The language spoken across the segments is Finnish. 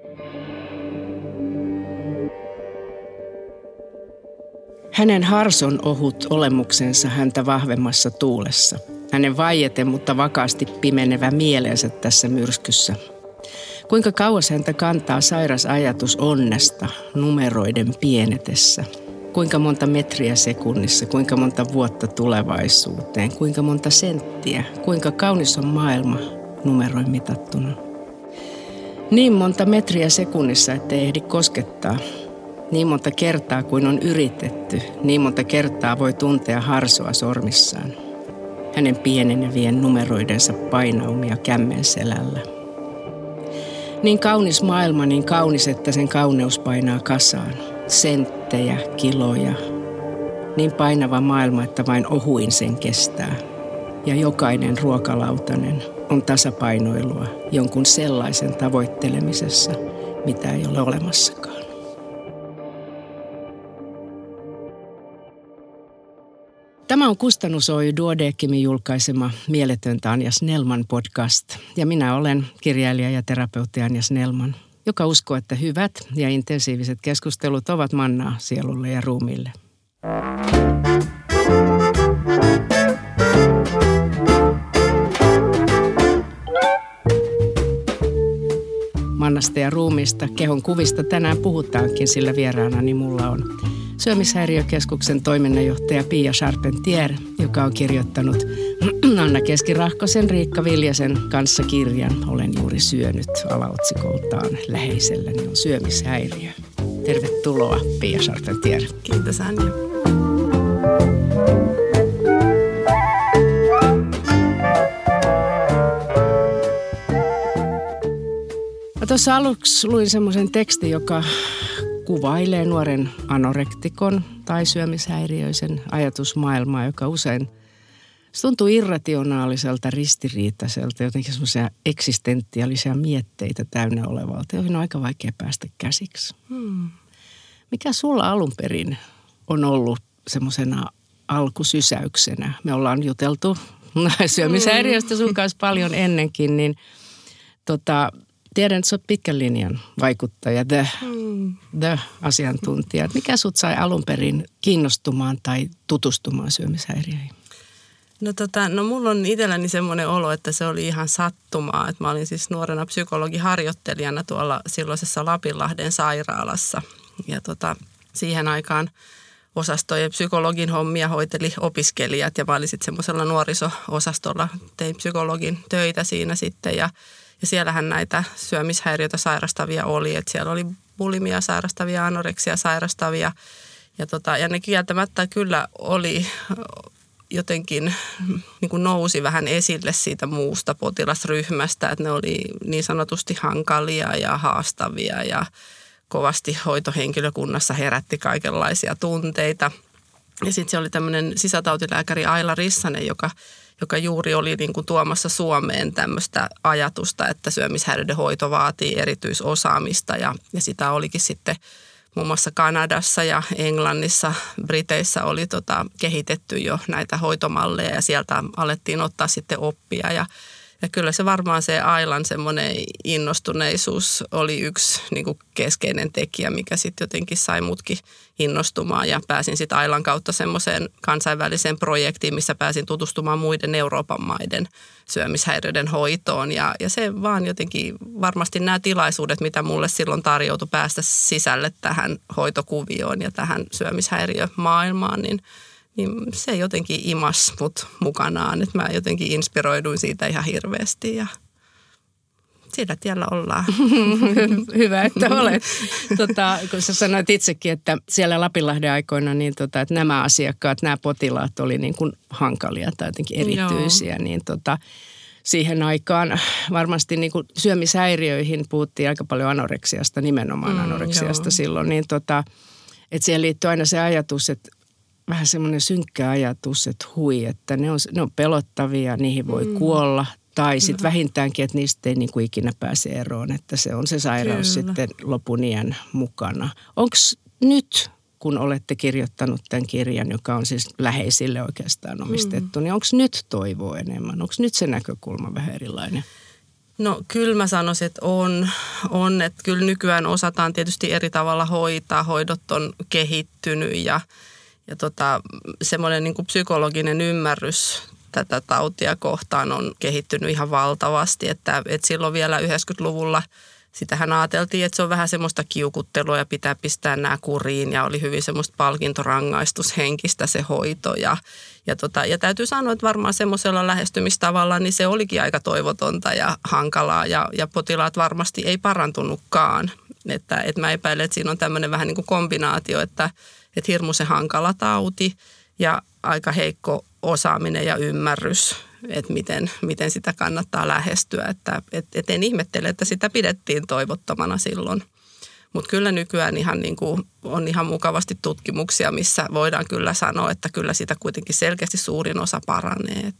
Hänen harson ohut olemuksensa häntä vahvemmassa tuulessa. Hänen vaieten, mutta vakaasti pimenevä mielensä tässä myrskyssä. Kuinka kauas häntä kantaa sairas ajatus onnesta numeroiden pienetessä. Kuinka monta metriä sekunnissa, kuinka monta vuotta tulevaisuuteen, kuinka monta senttiä, kuinka kaunis on maailma numeroin mitattuna. Niin monta metriä sekunnissa, ettei ehdi koskettaa. Niin monta kertaa kuin on yritetty, niin monta kertaa voi tuntea harsoa sormissaan. Hänen pienenevien numeroidensa painaumia kämmen selällä. Niin kaunis maailma, niin kaunis, että sen kauneus painaa kasaan. Senttejä, kiloja. Niin painava maailma, että vain ohuin sen kestää. Ja jokainen ruokalautanen on tasapainoilua jonkun sellaisen tavoittelemisessa, mitä ei ole olemassakaan. Tämä on Kustannus Oy Duodecimin julkaisema Mieletöntä Anja Snellman podcast. Ja minä olen kirjailija ja terapeutti Anja Snellman, joka uskoo, että hyvät ja intensiiviset keskustelut ovat mannaa sielulle ja ruumiille. Mannasta ja ruumiista, kehon kuvista tänään puhutaankin, sillä vieraanani mulla on Syömishäiriökeskuksen toiminnanjohtaja Pia Charpentier, joka on kirjoittanut Anna Keskirahkosen, Riikka Viljasen kanssa kirjan Olen juuri syönyt alaotsikoltaan läheiselläni on syömishäiriö. Tervetuloa Pia Charpentier. Kiitos Anja. Mä tuossa aluksi luin semmoisen tekstin, joka kuvailee nuoren anorektikon tai syömishäiriöisen ajatusmaailmaa, joka usein tuntuu irrationaaliselta, ristiriitaiselta, jotenkin semmoisia eksistentiaalisia mietteitä täynnä olevalta, joihin on aika vaikea päästä käsiksi. Mikä sulla alun perin on ollut semmoisena alkusysäyksenä? Me ollaan juteltu syömishäiriöstä sun kanssa paljon ennenkin, niin tiedän, että sä oot pitkän linjan vaikuttaja, the asiantuntija. Mikä sut sai alun perin kiinnostumaan tai tutustumaan syömishäiriöihin? No mulla on itselläni semmoinen olo, että se oli ihan sattumaa. Että mä olin siis nuorena psykologiharjoittelijana tuolla silloisessa Lapinlahden sairaalassa. Ja siihen aikaan osastojen psykologin hommia hoiteli opiskelijat ja mä olin sitten semmoisella nuoriso-osastolla, tein psykologin töitä siinä sitten ja siellähän näitä syömishäiriöitä sairastavia oli, että siellä oli bulimia sairastavia, anoreksia sairastavia ja ne kieltämättä kyllä oli jotenkin niin kuin nousi vähän esille siitä muusta potilasryhmästä, että ne oli niin sanotusti hankalia ja haastavia ja kovasti hoitohenkilökunnassa herätti kaikenlaisia tunteita. Ja sitten se oli tämmöinen sisätautilääkäri Aila Rissanen, joka juuri oli niin kuin tuomassa Suomeen tämmöistä ajatusta, että syömishäiriöiden hoito vaatii erityisosaamista ja sitä olikin sitten muun muassa Kanadassa ja Englannissa, Briteissä oli kehitetty jo näitä hoitomalleja ja sieltä alettiin ottaa sitten oppia ja kyllä se varmaan se Ailan semmoinen innostuneisuus oli yksi niin kuin keskeinen tekijä, mikä sitten jotenkin sai mutkin innostumaan ja pääsin sitten Ailan kautta semmoiseen kansainväliseen projektiin, missä pääsin tutustumaan muiden Euroopan maiden syömishäiriöiden hoitoon ja se vaan jotenkin varmasti nämä tilaisuudet, mitä mulle silloin tarjoutui päästä sisälle tähän hoitokuvioon ja tähän syömishäiriömaailmaan, niin se jotenkin imas mut mukanaan, että mä jotenkin inspiroiduin siitä ihan hirveästi ja sillä tiellä ollaan. Hyvä, että olet. Kun sä sanoit itsekin, että siellä Lapinlahden aikoina, niin että nämä asiakkaat, nämä potilaat oli niin kuin hankalia tai jotenkin erityisiä, niin siihen aikaan varmasti niin kuin syömishäiriöihin puhuttiin aika paljon anoreksiasta, nimenomaan anoreksiasta silloin, niin että siihen liittyy aina se ajatus, että vähän semmoinen synkkä ajatus, että että ne on pelottavia, niihin voi kuolla. Tai sitten vähintäänkin, että niistä ei niin kuin ikinä pääse eroon, että se on se sairaus sitten lopun iän mukana. Onko nyt, kun olette kirjoittanut tämän kirjan, joka on siis läheisille oikeastaan omistettu, niin onko nyt toivoa enemmän? Onko nyt se näkökulma vähän erilainen? No kyllä mä sanoisin, että on, että kyllä nykyään osataan tietysti eri tavalla hoitaa. Hoidot on kehittynyt ja semmoinen niin kuin psykologinen ymmärrys tätä tautia kohtaan on kehittynyt ihan valtavasti, että silloin vielä 90-luvulla sitähän ajateltiin, että se on vähän semmoista kiukuttelua ja pitää pistää nämä kuriin ja oli hyvin semmoista palkintorangaistushenkistä se hoito ja täytyy sanoa, että varmaan semmoisella lähestymistavalla niin se olikin aika toivotonta ja hankalaa ja potilaat varmasti ei parantunutkaan, että mä epäilen, että siinä on tämmöinen vähän niin kuin kombinaatio, että hirmuisen hankala tauti ja aika heikko osaaminen ja ymmärrys, että miten sitä kannattaa lähestyä. Että en ihmettele, että sitä pidettiin toivottomana silloin. Mutta kyllä nykyään ihan niin kuin on ihan mukavasti tutkimuksia, missä voidaan kyllä sanoa, että kyllä sitä kuitenkin selkeästi suurin osa paranee.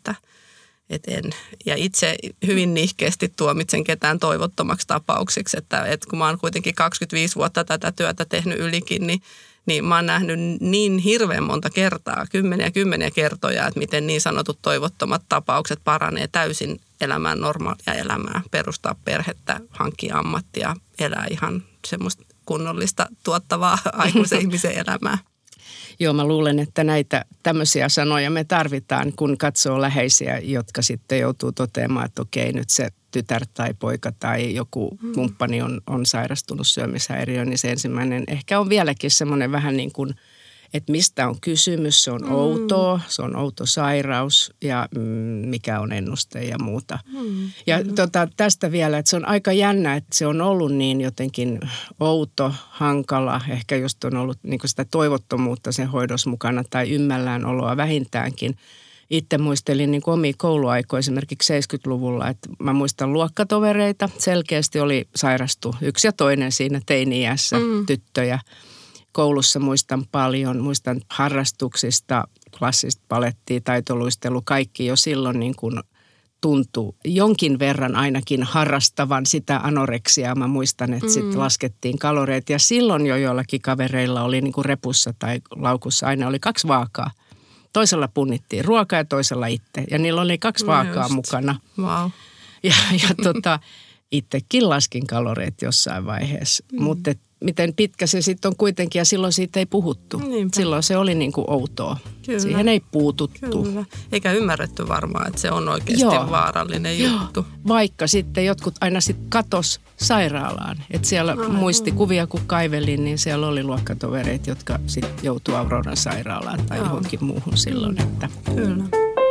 Ja itse hyvin nihkeästi tuomitsen ketään toivottomaksi tapaukseksi, että kun mä oon kuitenkin 25 vuotta tätä työtä tehnyt ylikin, niin mä oon nähnyt niin hirveän monta kertaa, kymmeniä kertoja, että miten niin sanotut toivottomat tapaukset paranee täysin elämään normaalia elämää, perustaa perhettä, hankkia ammattia, elää ihan semmoista kunnollista tuottavaa aikuisen ihmisen elämää. Joo, mä luulen, että näitä tämmöisiä sanoja me tarvitaan, kun katsoo läheisiä, jotka sitten joutuu toteamaan, että okei, nyt se tytär tai poika tai joku kumppani on sairastunut syömishäiriöön, niin se ensimmäinen ehkä on vieläkin semmoinen vähän niin kuin, että mistä on kysymys, se on outoa, se on outo sairaus ja mikä on ennuste ja muuta. Ja tästä vielä, että se on aika jännä, että se on ollut niin jotenkin outo, hankala, ehkä just on ollut niin kuin sitä toivottomuutta sen hoidossa mukana tai ymmällään oloa vähintäänkin. Itse muistelin niin kuin omia kouluaikoja esimerkiksi 70-luvulla, että mä muistan luokkatovereita, selkeästi oli sairastu yksi ja toinen siinä teini-iässä tyttöjä. Koulussa muistan paljon, muistan harrastuksista, klassista palettia, taitoluistelu, kaikki jo silloin niin kuin tuntui jonkin verran ainakin harrastavan sitä anoreksiaa. Mä muistan, että sitten laskettiin kaloreita ja silloin jo joillakin kavereilla oli niin kuin repussa tai laukussa aina oli 2 vaakaa. Toisella punnittiin ruokaa ja toisella itse ja niillä oli 2 vaakaa mukana. Wow. Ja itsekin laskin kaloreita jossain vaiheessa, mutta miten pitkä se sitten on kuitenkin ja silloin siitä ei puhuttu. Niinpä. Silloin se oli niin kuin outoa. Kyllä. Siihen ei puututtu. Kyllä. Eikä ymmärretty varmaan, että se on oikeasti vaarallinen juttu. Vaikka sitten jotkut aina sitten katos sairaalaan. Että siellä muistikuvia kun kaivelin, niin siellä oli luokkatovereita, jotka sitten joutuu Auroran sairaalaan tai johonkin muuhun silloin. Että. Kyllä.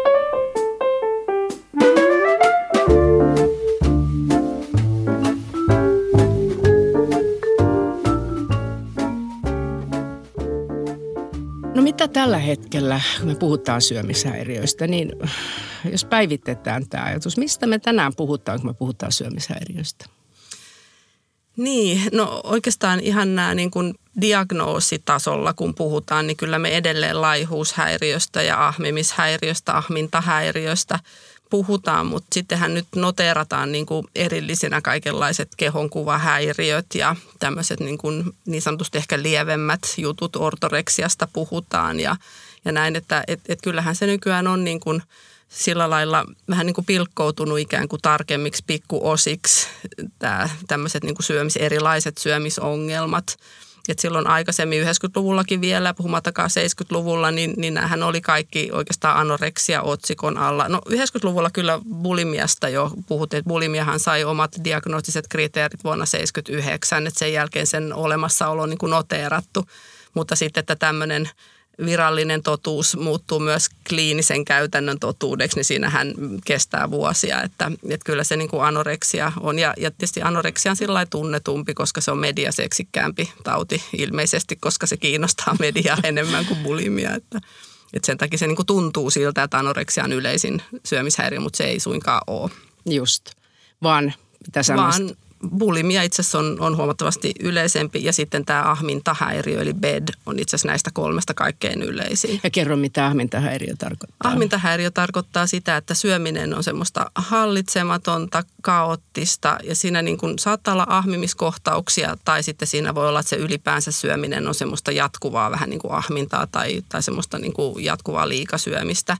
No mitä tällä hetkellä, kun me puhutaan syömishäiriöistä, niin jos päivitetään tämä ajatus, mistä me tänään puhutaan, kun me puhutaan syömishäiriöistä? Niin, no oikeastaan ihan nämä niin kuin diagnoositasolla, kun puhutaan, niin kyllä me edelleen laihuushäiriöstä ja ahmimishäiriöstä, ahmintahäiriöstä puhutaan, mutta sittenhän nyt noteerataan niin kuin erillisinä kaikenlaiset kehonkuvahäiriöt ja tämmöiset niin sanotusti ehkä lievemmät jutut, ortoreksiasta puhutaan ja näin, että kyllähän se nykyään on niin kuin sillä lailla vähän niin kuin pilkkoutunut ikään kuin tarkemmiksi pikkuosiksi tämmöiset niin kuin erilaiset syömisongelmat. Et silloin aikaisemmin 90-luvullakin vielä, puhumattakaan 70-luvulla, niin näähän oli kaikki oikeastaan anoreksia otsikon alla. No 90-luvulla kyllä bulimiasta jo puhuttiin, että bulimiahan sai omat diagnostiset kriteerit vuonna 1979, että sen jälkeen sen olemassaolo on niin kuin noteerattu. Mutta sitten, että tämmöinen virallinen totuus muuttuu myös kliinisen käytännön totuudeksi, niin siinähän kestää vuosia, että kyllä se niin kuin anoreksia on. Ja tietysti anoreksia on sillä lailla tunnetumpi, koska se on mediaseksikkäämpi tauti ilmeisesti, koska se kiinnostaa mediaa enemmän kuin bulimia. Että sen takia se niin kuin tuntuu siltä, että anoreksia on yleisin syömishäiriö, mutta se ei suinkaan ole. Just, vaan mitä sanoisit? Vaan bulimia itse asiassa on huomattavasti yleisempi ja sitten tämä ahmintahäiriö eli BED on itse asiassa näistä 3 kaikkein yleisin. Ja kerro, mitä ahmintahäiriö tarkoittaa. Ahmintahäiriö tarkoittaa sitä, että syöminen on semmoista hallitsematonta, kaoottista ja siinä niin kuin saattaa olla ahmimiskohtauksia tai sitten siinä voi olla, että se ylipäänsä syöminen on semmoista jatkuvaa vähän niin kuin ahmintaa tai semmoista niin kuin jatkuvaa liikasyömistä.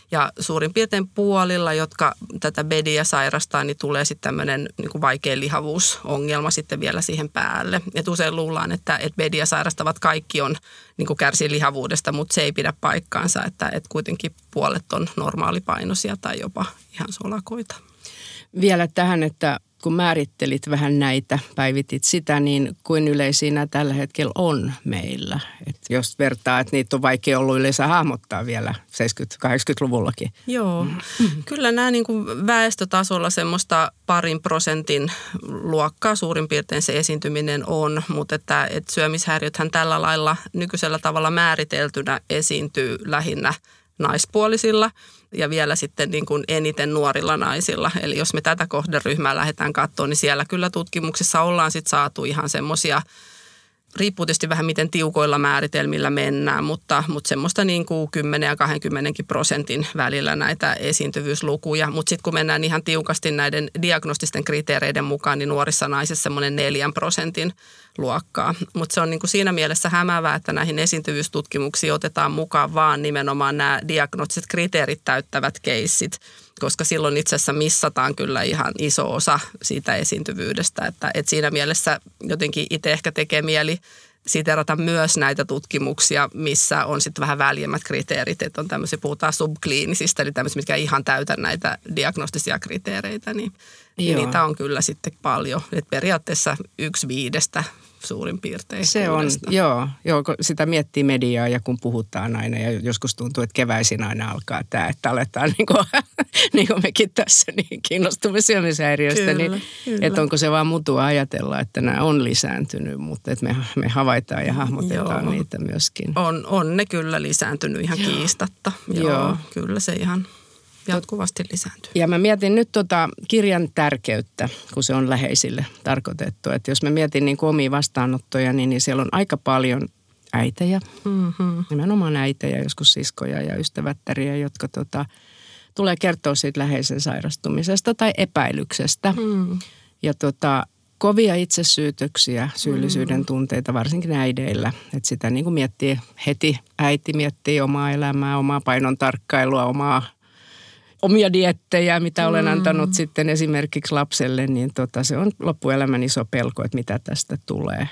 Ja suurin piirtein puolilla, jotka tätä BEDiä sairastaa, niin tulee sitten tämmöinen niin kuin vaikea lihavuusongelma sitten vielä siihen päälle. Et usein luullaan, että BEDiä sairastavat kaikki niin kuin kärsii lihavuudesta, mutta se ei pidä paikkaansa, että kuitenkin puolet on normaalipainoisia tai jopa ihan solakoita. Vielä tähän, että kun määrittelit vähän näitä, päivitit sitä, niin kuin yleisiä nämä tällä hetkellä on meillä. Et jos vertaa, että niitä on vaikea ollut yleensä hahmottaa vielä 70-80-luvullakin. Joo, kyllä nämä niin kuin väestötasolla semmoista 2% luokkaa suurin piirtein se esiintyminen on, mutta että syömishäiriöthän tällä lailla nykyisellä tavalla määriteltynä esiintyy lähinnä naispuolisilla ja vielä sitten niin kuin eniten nuorilla naisilla. Eli jos me tätä kohderyhmää lähdetään katsomaan, niin siellä kyllä tutkimuksissa ollaan sitten saatu ihan semmoisia, riippuu tietysti vähän miten tiukoilla määritelmillä mennään, mutta semmoista niin kuin 10 ja 20% välillä näitä esiintyvyyslukuja. Mutta sitten kun mennään ihan tiukasti näiden diagnostisten kriteereiden mukaan, niin nuorissa naisissa semmoinen 4% luokkaa. Mutta se on niin kuin siinä mielessä hämäävää, että näihin esiintyvyystutkimuksiin otetaan mukaan vaan nimenomaan nämä diagnostiset kriteerit täyttävät keissit, koska silloin itse asiassa missataan kyllä ihan iso osa siitä esiintyvyydestä. Että siinä mielessä jotenkin itse ehkä tekee mieli siterata myös näitä tutkimuksia, missä on sitten vähän väljemmät kriteerit, että on tämmöisiä, puhutaan subkliinisistä, eli tämmöisiä, mitkä ei ihan täytä näitä diagnostisia kriteereitä, niin niitä on kyllä sitten paljon. Että periaatteessa 1/5 suurin piirtein. Se on, joo, kun sitä miettii mediaa ja kun puhutaan aina ja joskus tuntuu, että keväisin aina alkaa tämä, että aletaan niin kuin mekin tässä niin kiinnostumme syömishäiriöistä, niin että onko se vaan mutua ajatella, että nämä on lisääntynyt, mutta että me havaitaan ja hahmotetaan niitä myöskin. On ne kyllä lisääntynyt ihan kiistatta. Joo, kyllä se ihan jatkuvasti lisääntyy. Ja mä mietin nyt kirjan tärkeyttä, kun se on läheisille tarkoitettu. Että jos mä mietin niin kuin omia vastaanottoja, niin siellä on aika paljon äitejä, nimenomaan äitejä, joskus siskoja ja ystävättäriä, jotka tulee kertoa siitä läheisen sairastumisesta tai epäilyksestä. Ja kovia itsesyytöksiä, syyllisyyden tunteita, varsinkin äideillä. Että sitä niin kuin miettii heti, äiti miettii omaa elämää, omaa painon tarkkailua, omia dieettejä, mitä olen antanut sitten esimerkiksi lapselle, niin se on loppuelämän iso pelko, että mitä tästä tulee.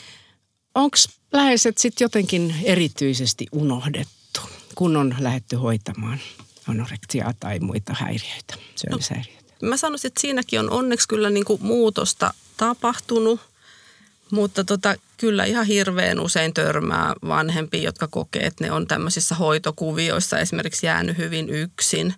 Onko läheiset sitten jotenkin erityisesti unohdettu, kun on lähdetty hoitamaan anorektiaa tai muita häiriöitä, syömishäiriöitä? Mä sanoisin, että siinäkin on onneksi kyllä niin kuin muutosta tapahtunut, mutta kyllä ihan hirveän usein törmää vanhempia, jotka kokee, että ne on tämmöisissä hoitokuvioissa esimerkiksi jäänyt hyvin yksin.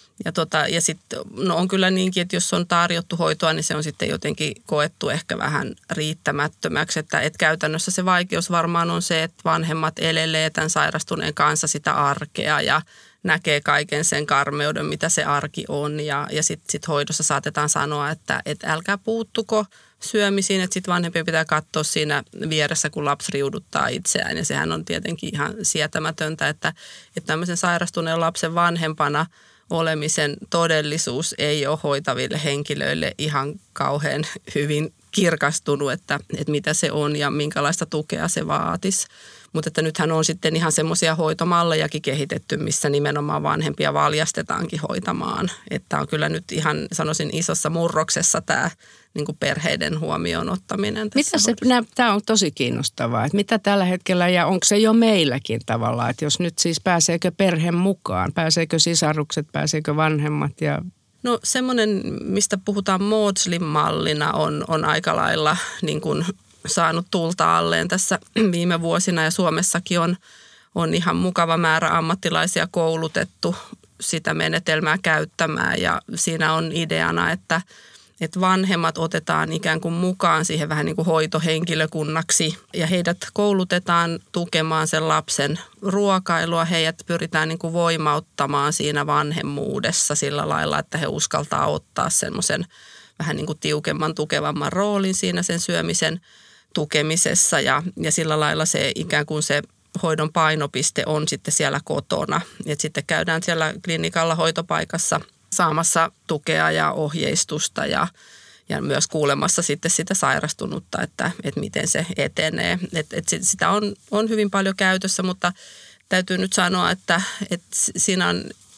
Ja sitten on kyllä niinkin, että jos on tarjottu hoitoa, niin se on sitten jotenkin koettu ehkä vähän riittämättömäksi. Että käytännössä se vaikeus varmaan on se, että vanhemmat elelee tämän sairastuneen kanssa sitä arkea ja näkee kaiken sen karmeuden, mitä se arki on. Ja sitten hoidossa saatetaan sanoa, että älkää puuttuko syömisiin, että sitten vanhempien pitää katsoa siinä vieressä, kun lapsi riuduttaa itseään. Ja sehän on tietenkin ihan sietämätöntä, että tämmöisen sairastuneen lapsen vanhempana olemisen todellisuus ei ole hoitaville henkilöille ihan kauhean hyvin kirkastunut, että mitä se on ja minkälaista tukea se vaatisi. Mutta että nythän on sitten ihan semmoisia hoitomallejakin kehitetty, missä nimenomaan vanhempia valjastetaankin hoitamaan. Että on kyllä nyt ihan, sanoisin, isossa murroksessa tämä niin kuin perheiden huomioon ottaminen. Tämä on tosi kiinnostavaa, että mitä tällä hetkellä ja onko se jo meilläkin tavallaan, että jos nyt siis pääseekö perhe mukaan, pääseekö sisarukset, pääseekö vanhemmat ja... No semmoinen, mistä puhutaan Maudslin-mallina on aika lailla niin kuin saanut tulta alleen tässä viime vuosina ja Suomessakin on ihan mukava määrä ammattilaisia koulutettu sitä menetelmää käyttämään ja siinä on ideana, että vanhemmat otetaan ikään kuin mukaan siihen vähän niin kuin hoitohenkilökunnaksi ja heidät koulutetaan tukemaan sen lapsen ruokailua. Heidät pyritään niin kuin voimauttamaan siinä vanhemmuudessa sillä lailla, että he uskaltaa ottaa semmoisen vähän niin kuin tiukemman, tukevamman roolin siinä sen syömisen tukemisessa ja sillä lailla se ikään kuin se hoidon painopiste on sitten siellä kotona. Et sitten käydään siellä klinikalla hoitopaikassa saamassa tukea ja ohjeistusta ja myös kuulemassa sitten sitä sairastunutta, että miten se etenee. Sitä on hyvin paljon käytössä, mutta täytyy nyt sanoa, että siinä on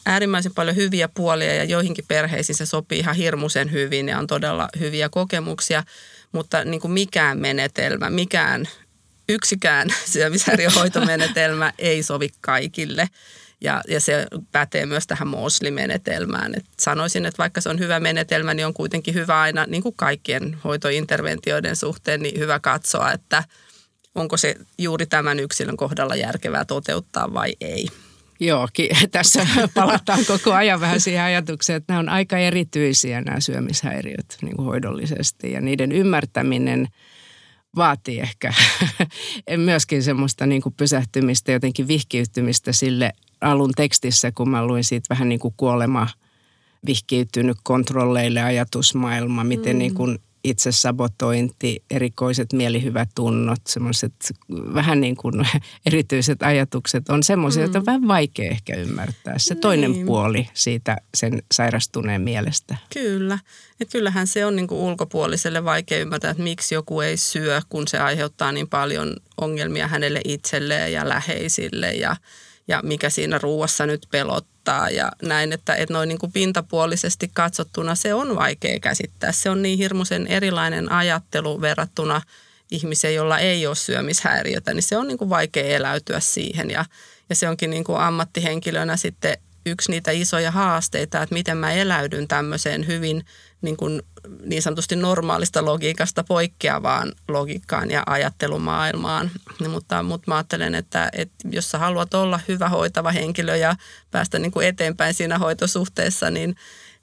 äärimmäisen paljon hyviä puolia ja joihinkin perheisiin se sopii ihan hirmuisen hyvin ja on todella hyviä kokemuksia, mutta niin kuin mikään menetelmä, yksikään syömishäiriöhoitomenetelmä ei sovi kaikille. Ja se pätee myös tähän Mosley-menetelmään. Et sanoisin, että vaikka se on hyvä menetelmä, niin on kuitenkin hyvä aina, niin kuin kaikkien hoitointerventioiden suhteen, niin hyvä katsoa, että onko se juuri tämän yksilön kohdalla järkevää toteuttaa vai ei. Joo, tässä palataan koko ajan vähän siihen ajatukseen, että nämä on aika erityisiä nämä syömishäiriöt niin kuin hoidollisesti ja niiden ymmärtäminen vaatii ehkä myöskin semmoista niin kuin pysähtymistä, jotenkin vihkiytymistä sille alun tekstissä, kun mä luin siitä vähän niin kuin kuolema vihkiytynyt kontrolleille ajatusmaailma, miten niin kuin itsesabotointi, erikoiset mielihyvätunnot, semmoiset vähän niin kuin erityiset ajatukset on semmoisia, joita on vähän vaikea ehkä ymmärtää. Se toinen puoli siitä sen sairastuneen mielestä. Kyllä. Että kyllähän se on niin kuin ulkopuoliselle vaikea ymmärtää, että miksi joku ei syö, kun se aiheuttaa niin paljon ongelmia hänelle itselleen ja läheisille ja mikä siinä ruuassa nyt pelottaa ja näin, että noin niin kuin pintapuolisesti katsottuna se on vaikea käsittää. Se on niin hirmuisen erilainen ajattelu verrattuna ihmiseen, jolla ei ole syömishäiriötä, niin se on niin kuin vaikea eläytyä siihen ja se onkin niin kuin ammattihenkilönä sitten yksi niitä isoja haasteita, että miten mä eläydyn tämmöiseen hyvin niin sanotusti normaalista logiikasta poikkeavaan logiikkaan ja ajattelumaailmaan. Mutta mä ajattelen, että jos sä haluat olla hyvä hoitava henkilö ja päästä niin kuin eteenpäin siinä hoitosuhteessa, niin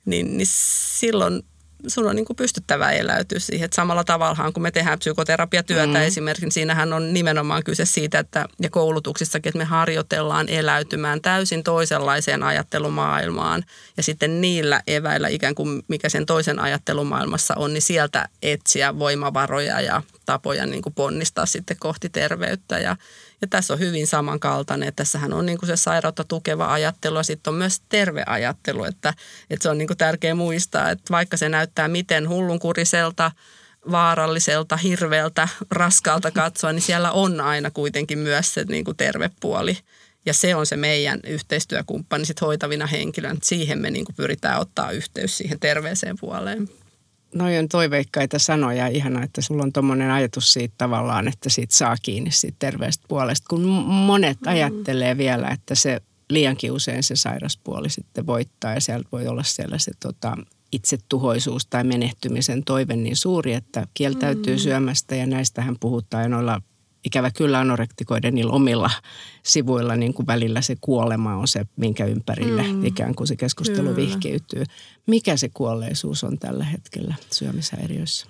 silloin sun on niin kuin pystyttävä eläytyä siihen. Että samalla tavallaan, kun me tehdään psykoterapiatyötä esimerkiksi, siinähän on nimenomaan kyse siitä, ja koulutuksissakin, että me harjoitellaan eläytymään täysin toisenlaiseen ajattelumaailmaan. Ja sitten niillä eväillä ikään kuin mikä sen toisen ajattelumaailmassa on, niin sieltä etsiä voimavaroja ja tapoja niin kuin ponnistaa sitten kohti terveyttä. Ja tässä on hyvin samankaltainen, että tässähän on niin kuin se sairautta tukeva ajattelu ja sitten on myös terve ajattelu, että se on niin kuin tärkeä muistaa, että vaikka se näyttää miten hullunkuriselta, vaaralliselta, hirveältä, raskaalta katsoa, niin siellä on aina kuitenkin myös se niin kuin terve puoli. Ja se on se meidän yhteistyökumppani sit hoitavina henkilöinä. Siihen me niin kuin pyritään ottaa yhteys siihen terveeseen puoleen. Noi on toiveikkaita sanoja. Ihanaa, että sulla on tommoinen ajatus siitä tavallaan, että siitä saa kiinni siitä terveestä puolesta. Kun monet ajattelee vielä, että se liiankin usein se sairaspuoli sitten voittaa ja sieltä voi olla siellä se itsetuhoisuus tai menehtymisen toive niin suuri, että kieltäytyy syömästä ja näistähän puhutaan ja noilla ikävä kyllä anorektikoiden niillä omilla sivuilla niin kuin välillä se kuolema on se, minkä ympärille ikään kuin se keskustelu vihkiytyy. Mikä se kuolleisuus on tällä hetkellä syömishäiriöissä?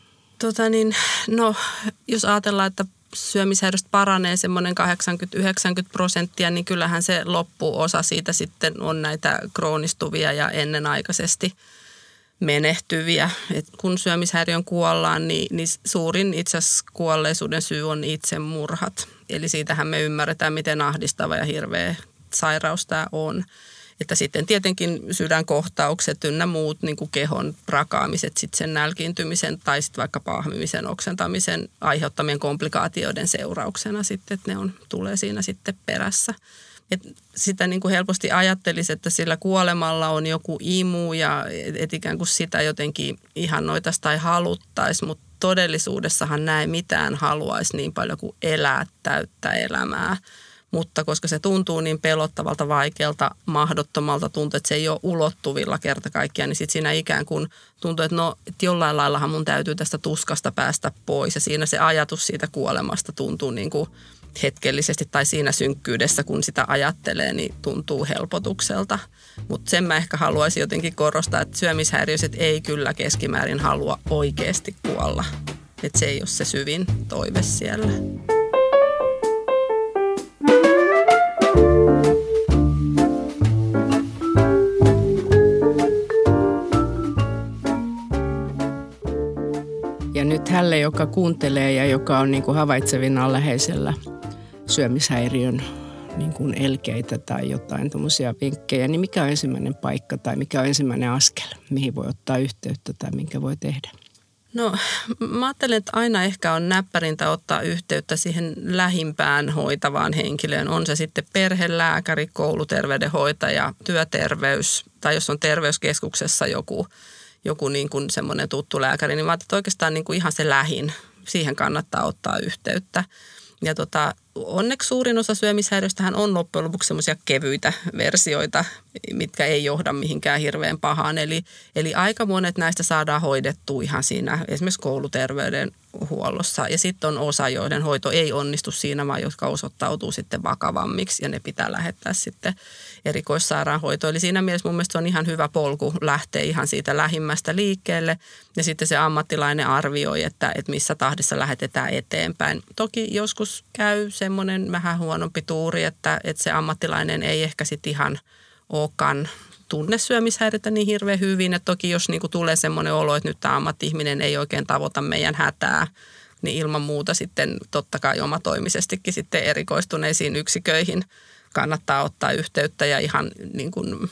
Jos ajatellaan, että syömishäiriöstä paranee semmoinen 80-90%, niin kyllähän se loppuosa siitä sitten on näitä kroonistuvia ja ennenaikaisesti menehtyviä. Et kun syömishäiriön kuollaan, niin suurin itse asiassa kuolleisuuden syy on itsemurhat. Eli siitähän me ymmärretään, miten ahdistava ja hirveä sairaus tämä on. Että sitten tietenkin sydänkohtaukset ynnä muut niin kuin kehon rakaamiset sitten sen nälkiintymisen tai sitten vaikka paahmimisen, oksentamisen aiheuttamien komplikaatioiden seurauksena sitten, että ne tulee siinä sitten perässä. Et sitä niin kuin helposti ajattelisi, että sillä kuolemalla on joku imu ja et ikään kuin sitä jotenkin ihannoitaisi tai haluttaisi, mutta todellisuudessahan näin mitään haluaisi niin paljon kuin elää täyttä elämää. Mutta koska se tuntuu niin pelottavalta, vaikealta, mahdottomalta, tuntuu, että se ei ole ulottuvilla kerta kaikkiaan, niin sitten siinä ikään kuin tuntuu, että että jollain laillahan mun täytyy tästä tuskasta päästä pois. Ja siinä se ajatus siitä kuolemasta tuntuu niin kuin hetkellisesti tai siinä synkkyydessä, kun sitä ajattelee, niin tuntuu helpotukselta. Mutta sen mä ehkä haluaisin jotenkin korostaa, että syömishäiriöiset ei kyllä keskimäärin halua oikeasti kuolla. Että se ei ole se syvin toive siellä. Ja nyt hälle, joka kuuntelee ja joka on niin kuin havaitsevinaan läheisellä syömishäiriön niin kuin elkeitä tai jotain tuommoisia vinkkejä, niin mikä on ensimmäinen paikka tai mikä on ensimmäinen askel, mihin voi ottaa yhteyttä tai minkä voi tehdä? No mä ajattelen, että aina ehkä on näppärintä ottaa yhteyttä siihen lähimpään hoitavaan henkilöön. On se sitten perhelääkäri, kouluterveydenhoitaja, työterveys tai jos on terveyskeskuksessa joku niin kuin semmoinen tuttu lääkäri, niin mä ajattelen, että oikeastaan niin kuin ihan se lähin, siihen kannattaa ottaa yhteyttä. Ja onneksi suurin osa syömishäiriöistähän on loppujen lopuksi semmoisia kevyitä versioita, mitkä ei johda mihinkään hirveän pahaan. Eli aika monet näistä saadaan hoidettua ihan siinä esimerkiksi kouluterveydenhuollossa. Ja sitten on osa, joiden hoito ei onnistu siinä, vaan jotka osoittautuu sitten vakavammiksi ja ne pitää lähettää sitten erikoissairaanhoitoon. Eli siinä mielessä mun mielestä se on ihan hyvä polku lähteä ihan siitä lähimmästä liikkeelle ja sitten se ammattilainen arvioi, että missä tahdissa lähetetään eteenpäin. Toki joskus käy semmoinen vähän huonompi tuuri, että se ammattilainen ei ehkä sitten ihan olekaan tunne syömishäiriötä niin hirveän hyvin. Että toki jos niinku tulee semmoinen olo, että nyt tämä ammatti-ihminen ei oikein tavoita meidän hätää, niin ilman muuta sitten totta kai omatoimisestikin sitten erikoistuneisiin yksiköihin kannattaa ottaa yhteyttä ja ihan niin kuin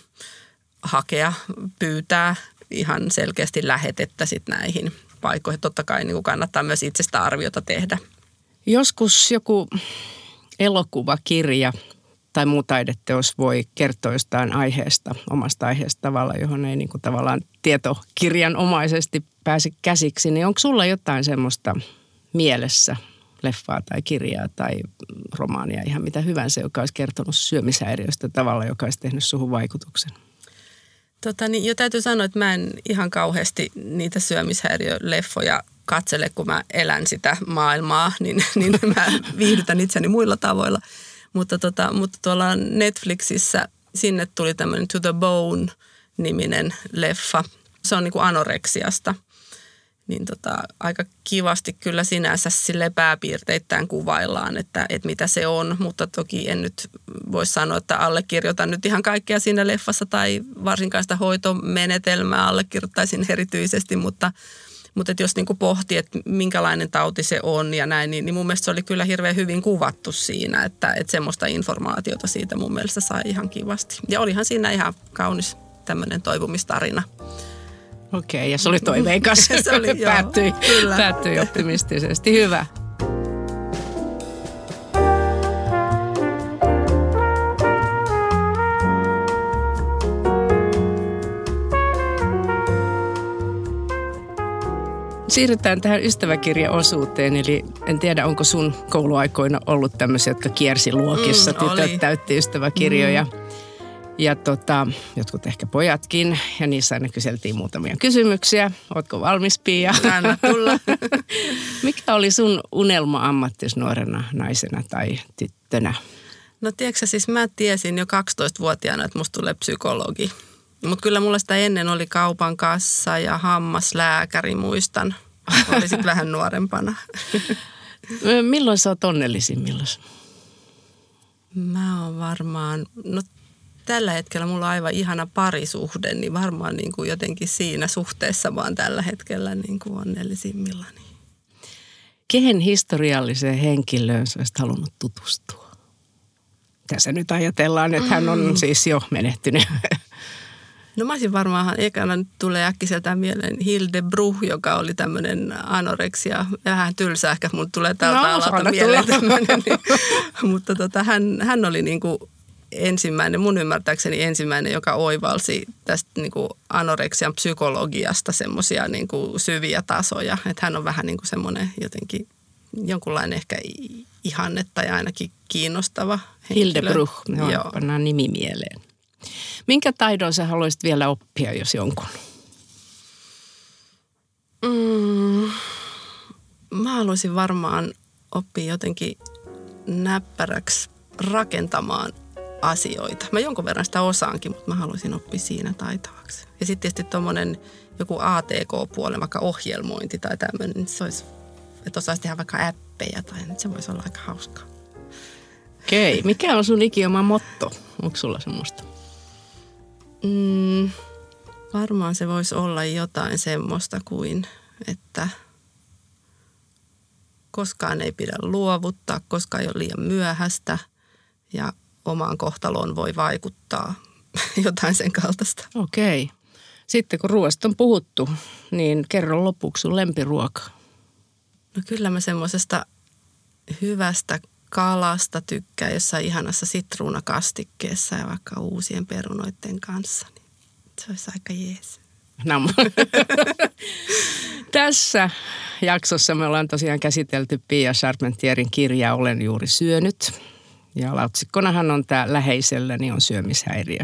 pyytää ihan selkeästi lähetettä sitten näihin paikkoihin. Totta kai niin kuin kannattaa myös itsestä arviota tehdä. Joskus joku elokuvakirja tai muu taideteos voi kertoa jostain aiheesta, omasta aiheesta tavalla, johon ei niin kuin tavallaan tietokirjanomaisesti pääse käsiksi. Niin onko sulla jotain semmoista mielessä, leffaa tai kirjaa tai romaania, ihan mitä hyvänsä, joka olisi kertonut syömishäiriöstä tavalla, joka olisi tehnyt suhun vaikutuksen? Jo täytyy sanoa, että mä en ihan kauheasti niitä syömishäiriöleffoja katsele, kun mä elän sitä maailmaa, niin mä viihdytän itseni muilla tavoilla. Mutta tuolla Netflixissä sinne tuli tämmöinen To the Bone-niminen leffa. Se on niin kuin anoreksiasta. Niin aika kivasti kyllä sinänsä sille pääpiirteittäin kuvaillaan, että mitä se on, mutta toki en nyt voi sanoa, että allekirjoitan nyt ihan kaikkea siinä leffassa tai varsinkaan sitä hoitomenetelmää allekirjoittaisin erityisesti, mutta että jos niin kuin pohtii, että minkälainen tauti se on ja näin, niin mun mielestä se oli kyllä hirveän hyvin kuvattu siinä, että semmoista informaatiota siitä mun mielestä sai ihan kivasti. Ja olihan siinä ihan kaunis tämmöinen toipumistarina. Okei, ja se oli toiveikas. Se oli, päättyi optimistisesti. Hyvä. Siirrytään tähän ystäväkirjaosuuteen, eli en tiedä, onko sun kouluaikoina ollut tämmöisiä, jotka kiersi luokissa, tytöt täytti ystäväkirjoja. Ja jotkut ehkä pojatkin, ja niissä aina kyseltiin muutamia kysymyksiä. Ootko valmis, Pia? Anna tulla. Mikä oli sun unelma-ammattis nuorena naisena tai tyttönä? No tiedätkö siis mä tiesin jo 12-vuotiaana, että musta tulee psykologi. Mutta kyllä mulla sitä ennen oli kaupan kassa ja hammaslääkäri, muistan. Oli sitten vähän nuorempana. Milloin sä oot onnellisimmillaan? Mä oon varmaan, tällä hetkellä mulla on aivan ihana parisuhde, niin varmaan niin kuin jotenkin siinä suhteessa vaan tällä hetkellä niin kuin onnellisimmillani. Kehen historialliseen henkilöön sä olisit halunnut tutustua? Tässä nyt ajatellaan, että hän on siis jo menehtynyt. No mä olisin varmaan, ekana nyt tulee äkkiseltään mieleen Hilde Bruch, joka oli tämmöinen anoreksia. Vähän tylsä ehkä, mun tulee tältä alalta mieleen tämmöinen. Mutta hän oli niin kuin ensimmäinen, mun ymmärtääkseni ensimmäinen, joka oivalsi tästä niin kuin anoreksian psykologiasta semmoisia niin kuin syviä tasoja. Että hän on vähän niin kuin semmoinen jotenkin jonkunlainen ehkä ihanne tai ainakin kiinnostava henkilö. Hilde Bruch, joo. Pannaan nimi mieleen. Minkä taidon sä haluaisit vielä oppia, jos jonkun? Mä haluaisin varmaan oppia jotenkin näppäräksi rakentamaan asioita. Mä jonkun verran sitä osaankin, mutta mä haluaisin oppia siinä taitavaksi. Ja sitten tietysti tommonen joku ATK-puolen, vaikka ohjelmointi tai tämmöinen, niin se olisi, että osaisi tehdä vaikka appeja tai se voisi olla aika hauskaa. Okei, mikä on sun ikioma motto? Onko sulla semmoista? Varmaan se voisi olla jotain semmoista kuin, että koskaan ei pidä luovuttaa, koskaan ei ole liian myöhäistä ja omaan kohtaloon voi vaikuttaa jotain sen kaltaista. Okei. Sitten kun ruoasta on puhuttu, niin kerro lopuksi sun lempiruoka. No kyllä mä semmoisesta hyvästä kalasta tykkään jossain ihanassa sitruunakastikkeessa ja vaikka uusien perunoiden kanssa. Niin se olisi aika jees. No. Tässä jaksossa me ollaan tosiaan käsitelty Pia Charpentierin kirjaa Olen juuri syönyt. Ja lautsikkonahan on tämä Läheiselläni on syömishäiriö.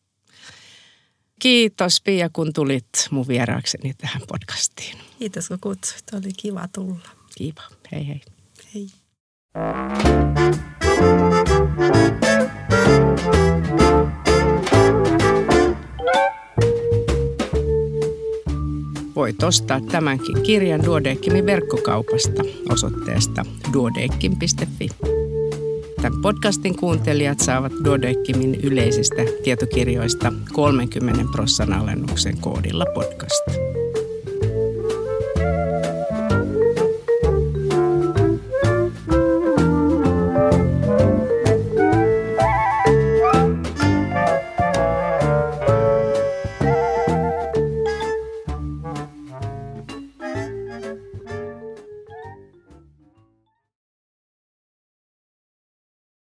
Kiitos Pia, kun tulit mun vieraakseni tähän podcastiin. Kiitos kun kutsuit, oli kiva tulla. Kiva, hei hei. Hei. Voit ostaa tämänkin kirjan Duodeckimin verkkokaupasta osoitteesta duodeckim.fi. Tämän podcastin kuuntelijat saavat Duodeckimin yleisistä tietokirjoista 30% alennuksen koodilla podcast.